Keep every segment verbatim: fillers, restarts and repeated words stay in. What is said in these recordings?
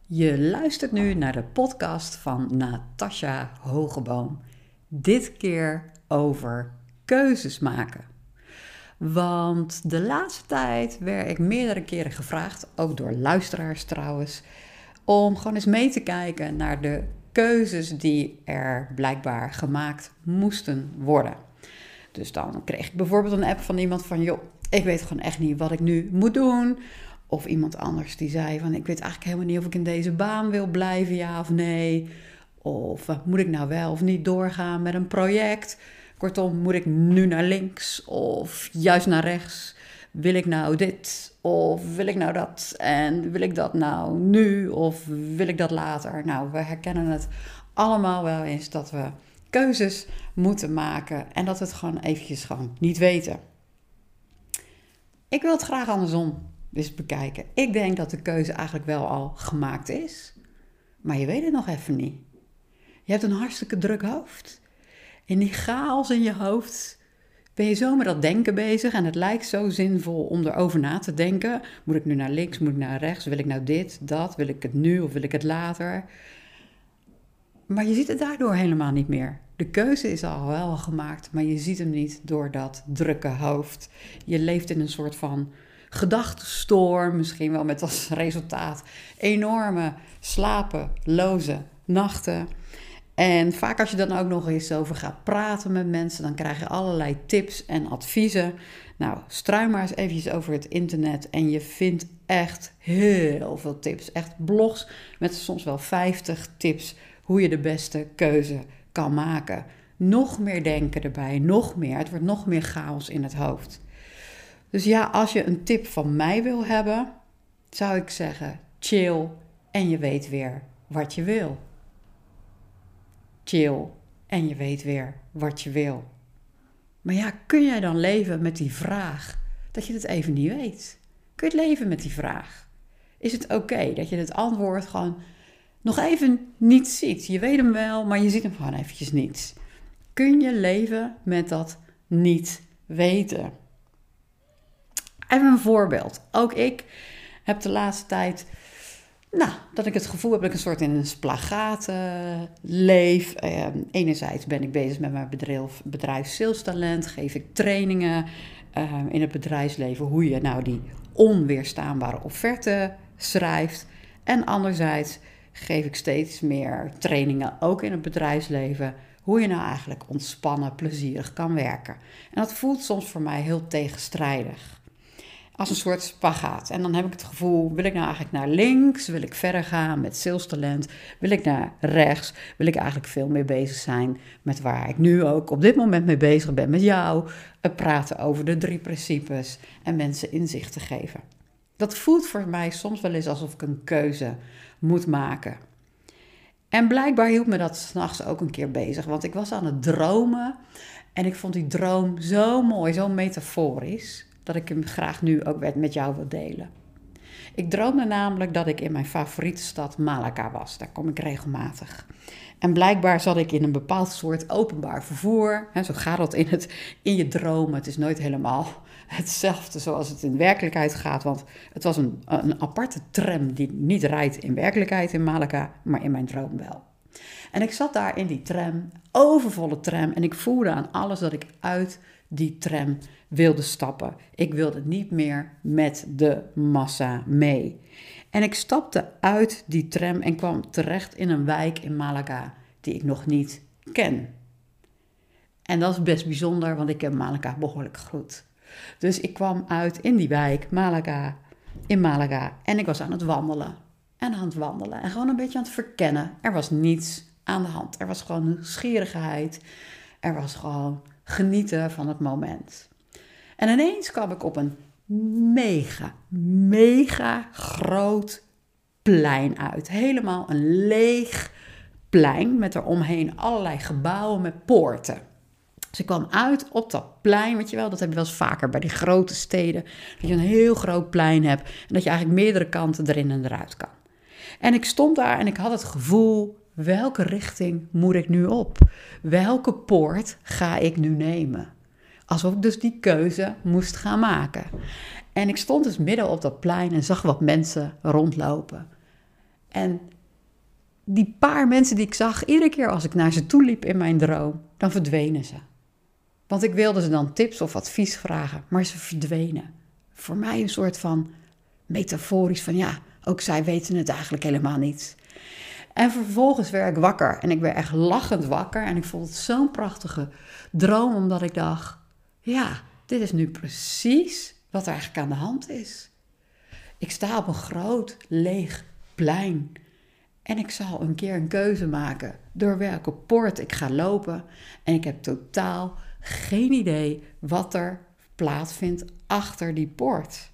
Je luistert nu naar de podcast van Natasja Hogeboom. Dit keer over keuzes maken. Want de laatste tijd werd ik meerdere keren gevraagd, ook door luisteraars trouwens, om gewoon eens mee te kijken naar de keuzes die er blijkbaar gemaakt moesten worden. Dus dan kreeg ik bijvoorbeeld een app van iemand van, joh, ik weet gewoon echt niet wat ik nu moet doen. Of iemand anders die zei van, ik weet eigenlijk helemaal niet of ik in deze baan wil blijven, ja of nee. Of uh, moet ik nou wel of niet doorgaan met een project? Kortom, moet ik nu naar links of juist naar rechts? Wil ik nou dit of wil ik nou dat? En wil ik dat nou nu of wil ik dat later? Nou, we herkennen het allemaal wel eens dat we keuzes moeten maken en dat we het gewoon eventjes gewoon niet weten. Ik wil het graag andersom eens bekijken. Ik denk dat de keuze eigenlijk wel al gemaakt is, maar je weet het nog even niet. Je hebt een hartstikke druk hoofd. In die chaos in je hoofd ben je zo met dat denken bezig en het lijkt zo zinvol om erover na te denken. Moet ik nu naar links, moet ik naar rechts? Wil ik nou dit, dat? Wil ik het nu of wil ik het later? Maar je ziet het daardoor helemaal niet meer. De keuze is al wel gemaakt, maar je ziet hem niet door dat drukke hoofd. Je leeft in een soort van gedachtenstorm, misschien wel met als resultaat enorme slapeloze nachten. En vaak als je dan ook nog eens over gaat praten met mensen, dan krijg je allerlei tips en adviezen. Nou, struim maar eens eventjes over het internet en je vindt echt heel veel tips. Echt blogs met soms wel vijftig tips hoe je de beste keuze kan maken. Nog meer denken erbij, nog meer. Het wordt nog meer chaos in het hoofd. Dus ja, als je een tip van mij wil hebben, zou ik zeggen chill en je weet weer wat je wil. Chill en je weet weer wat je wil. Maar ja, kun jij dan leven met die vraag dat je het even niet weet? Kun je het leven met die vraag? Is het oké dat je het antwoord gewoon nog even niet ziet? Je weet hem wel, maar je ziet hem gewoon eventjes niet. Kun je leven met dat niet weten? Even een voorbeeld. Ook ik heb de laatste tijd, nou, dat ik het gevoel heb dat ik een soort in een splagaat uh, leef. Uh, enerzijds ben ik bezig met mijn bedrijf, bedrijf Sales Talent. Geef ik trainingen uh, in het bedrijfsleven hoe je nou die onweerstaanbare offerte schrijft. En anderzijds geef ik steeds meer trainingen, ook in het bedrijfsleven, hoe je nou eigenlijk ontspannen, plezierig kan werken. En dat voelt soms voor mij heel tegenstrijdig. Als een soort spagaat. En dan heb ik het gevoel, wil ik nou eigenlijk naar links? Wil ik verder gaan met sales talent? Wil ik naar rechts? Wil ik eigenlijk veel meer bezig zijn met waar ik nu ook op dit moment mee bezig ben met jou? Het praten over de drie principes en mensen inzicht te geven. Dat voelt voor mij soms wel eens alsof ik een keuze moet maken. En blijkbaar hield me dat 's nachts ook een keer bezig. Want ik was aan het dromen en ik vond die droom zo mooi, zo metaforisch, dat ik hem graag nu ook met jou wil delen. Ik droomde namelijk dat ik in mijn favoriete stad Malaga was. Daar kom ik regelmatig. En blijkbaar zat ik in een bepaald soort openbaar vervoer. He, zo gaat dat in, het, in je dromen. Het is nooit helemaal hetzelfde zoals het in werkelijkheid gaat. Want het was een, een aparte tram die niet rijdt in werkelijkheid in Malaga, maar in mijn droom wel. En ik zat daar in die tram, overvolle tram. En ik voelde aan alles dat ik uit die tram wilde stappen. Ik wilde niet meer met de massa mee. En ik stapte uit die tram en kwam terecht in een wijk in Malaga die ik nog niet ken. En dat is best bijzonder, want ik ken Malaga behoorlijk goed. Dus ik kwam uit in die wijk, Malaga, in Malaga, en ik was aan het wandelen. En aan het wandelen en gewoon een beetje aan het verkennen. Er was niets aan de hand. Er was gewoon nieuwsgierigheid. Er was gewoon genieten van het moment. En ineens kwam ik op een mega, mega groot plein uit. Helemaal een leeg plein met eromheen allerlei gebouwen met poorten. Dus ik kwam uit op dat plein, weet je wel, dat heb je wel eens vaker bij die grote steden. Dat je een heel groot plein hebt en dat je eigenlijk meerdere kanten erin en eruit kan. En ik stond daar en ik had het gevoel, welke richting moet ik nu op? Welke poort ga ik nu nemen? Alsof ik dus die keuze moest gaan maken. En ik stond dus midden op dat plein en zag wat mensen rondlopen. En die paar mensen die ik zag, iedere keer als ik naar ze toe liep in mijn droom, dan verdwenen ze. Want ik wilde ze dan tips of advies vragen, maar ze verdwenen. Voor mij een soort van metaforisch van ja, ook zij weten het eigenlijk helemaal niet. En vervolgens werd ik wakker en ik werd echt lachend wakker en ik vond het zo'n prachtige droom, omdat ik dacht, ja, dit is nu precies wat er eigenlijk aan de hand is. Ik sta op een groot, leeg plein en ik zal een keer een keuze maken door welke poort ik ga lopen en ik heb totaal geen idee wat er plaatsvindt achter die poort.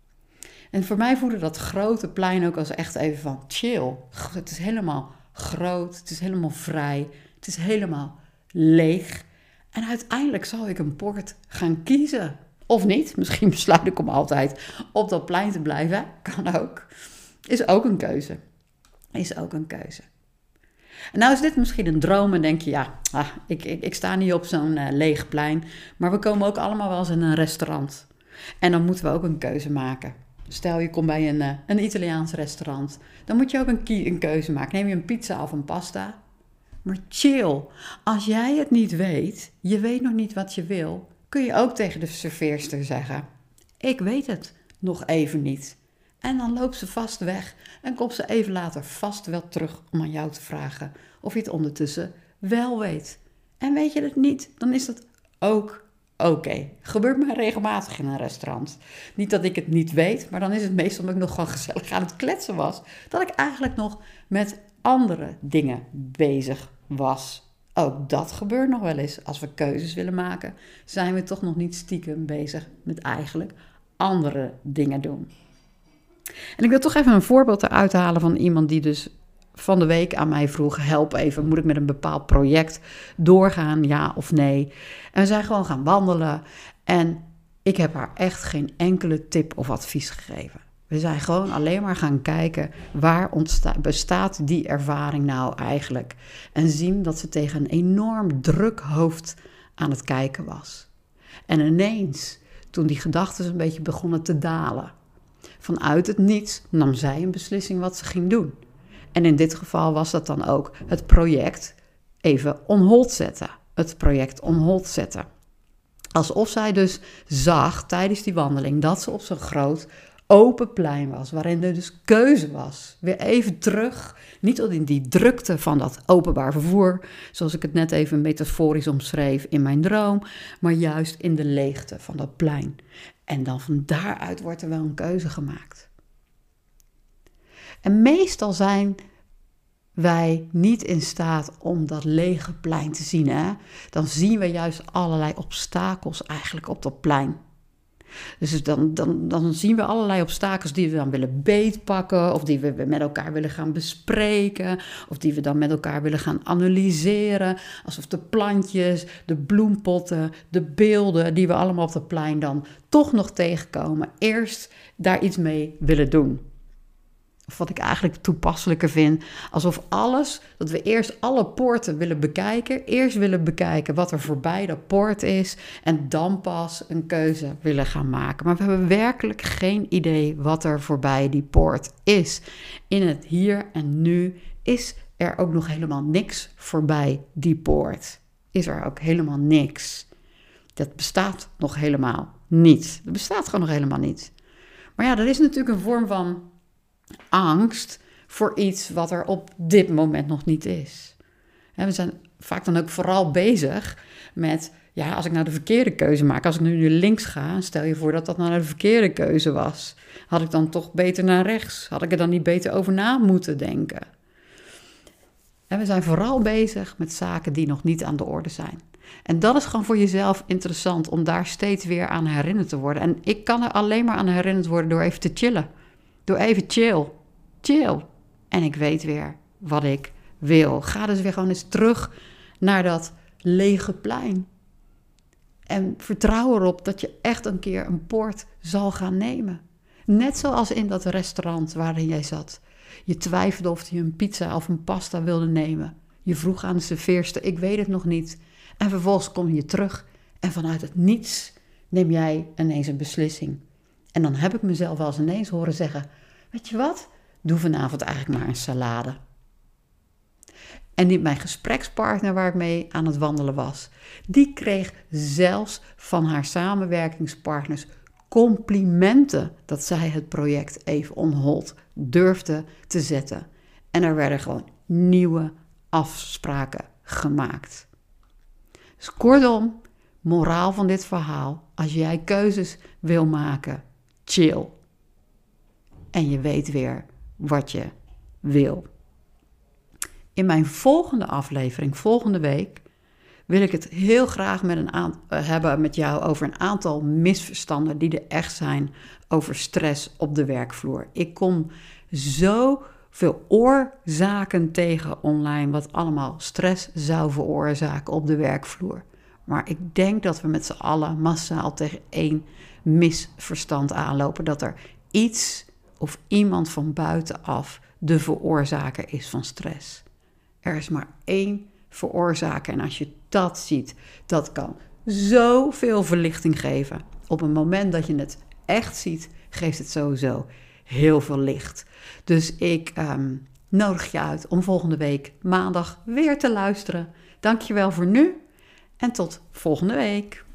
En voor mij voelde dat grote plein ook als echt even van chill. Het is helemaal groot, het is helemaal vrij, het is helemaal leeg. En uiteindelijk zal ik een poort gaan kiezen. Of niet, misschien besluit ik om altijd op dat plein te blijven. Kan ook. Is ook een keuze. Is ook een keuze. En nou is dit misschien een droom en denk je, ja, ah, ik, ik, ik sta niet op zo'n uh, leeg plein. Maar we komen ook allemaal wel eens in een restaurant. En dan moeten we ook een keuze maken. Stel je komt bij een, uh, een Italiaans restaurant. Dan moet je ook een, kie- een keuze maken. Neem je een pizza of een pasta. Maar chill. Als jij het niet weet, je weet nog niet wat je wil, kun je ook tegen de serveerster zeggen, ik weet het nog even niet. En dan loopt ze vast weg en komt ze even later vast wel terug om aan jou te vragen of je het ondertussen wel weet. En weet je het niet, dan is dat ook oké. Okay. Gebeurt mij regelmatig in een restaurant. Niet dat ik het niet weet, maar dan is het meestal omdat ik nog gewoon gezellig aan het kletsen was, dat ik eigenlijk nog met andere dingen bezig was. Ook dat gebeurt nog wel eens. Als we keuzes willen maken, zijn we toch nog niet stiekem bezig met eigenlijk andere dingen doen. En ik wil toch even een voorbeeld eruit halen van iemand die dus van de week aan mij vroeg, help even, moet ik met een bepaald project doorgaan, ja of nee? En we zijn gewoon gaan wandelen en ik heb haar echt geen enkele tip of advies gegeven. We zijn gewoon alleen maar gaan kijken, waar ontsta- bestaat die ervaring nou eigenlijk? En zien dat ze tegen een enorm druk hoofd aan het kijken was. En ineens, toen die gedachten een beetje begonnen te dalen, vanuit het niets nam zij een beslissing wat ze ging doen. En in dit geval was dat dan ook het project even on hold zetten. Het project on hold zetten. Alsof zij dus zag tijdens die wandeling dat ze op zo'n groot open plein was, waarin er dus keuze was. Weer even terug, niet in die drukte van dat openbaar vervoer, zoals ik het net even metaforisch omschreef in mijn droom, maar juist in de leegte van dat plein. En dan van daaruit wordt er wel een keuze gemaakt. En meestal zijn wij niet in staat om dat lege plein te zien. Hè? Dan zien we juist allerlei obstakels eigenlijk op dat plein. Dus dan, dan, dan zien we allerlei obstakels die we dan willen beetpakken, of die we met elkaar willen gaan bespreken, of die we dan met elkaar willen gaan analyseren. Alsof de plantjes, de bloempotten, de beelden die we allemaal op dat plein dan toch nog tegenkomen, eerst daar iets mee willen doen. Of wat ik eigenlijk toepasselijker vind, alsof alles, dat we eerst alle poorten willen bekijken, eerst willen bekijken wat er voorbij de poort is en dan pas een keuze willen gaan maken. Maar we hebben werkelijk geen idee wat er voorbij die poort is. In het hier en nu is er ook nog helemaal niks voorbij die poort. Is er ook helemaal niks. Dat bestaat nog helemaal niet. Dat bestaat gewoon nog helemaal niet. Maar ja, dat is natuurlijk een vorm van angst voor iets wat er op dit moment nog niet is. En we zijn vaak dan ook vooral bezig met, ja, als ik nou de verkeerde keuze maak, als ik nu naar links ga, stel je voor dat dat nou de verkeerde keuze was. Had ik dan toch beter naar rechts? Had ik er dan niet beter over na moeten denken? En we zijn vooral bezig met zaken die nog niet aan de orde zijn. En dat is gewoon voor jezelf interessant om daar steeds weer aan herinnerd te worden. En ik kan er alleen maar aan herinnerd worden door even te chillen. Door even chill, chill. En ik weet weer wat ik wil. Ga dus weer gewoon eens terug naar dat lege plein. En vertrouw erop dat je echt een keer een poort zal gaan nemen. Net zoals in dat restaurant waarin jij zat. Je twijfelde of je een pizza of een pasta wilde nemen. Je vroeg aan de serveerster, ik weet het nog niet. En vervolgens kom je terug en vanuit het niets neem jij ineens een beslissing. En dan heb ik mezelf wel eens ineens horen zeggen, weet je wat, doe vanavond eigenlijk maar een salade. En die, mijn gesprekspartner waar ik mee aan het wandelen was, die kreeg zelfs van haar samenwerkingspartners complimenten dat zij het project even on hold durfde te zetten. En er werden gewoon nieuwe afspraken gemaakt. Dus kortom, moraal van dit verhaal, als jij keuzes wil maken, chill. En je weet weer wat je wil. In mijn volgende aflevering, volgende week, wil ik het heel graag met een aan, uh, hebben met jou over een aantal misverstanden die er echt zijn over stress op de werkvloer. Ik kom zoveel oorzaken tegen online wat allemaal stress zou veroorzaken op de werkvloer. Maar ik denk dat we met z'n allen massaal tegen één misverstand aanlopen. Dat er iets of iemand van buitenaf de veroorzaker is van stress. Er is maar één veroorzaker. En als je dat ziet, dat kan zoveel verlichting geven. Op het moment dat je het echt ziet, geeft het sowieso heel veel licht. Dus ik um, nodig je uit om volgende week maandag weer te luisteren. Dankjewel voor nu en tot volgende week.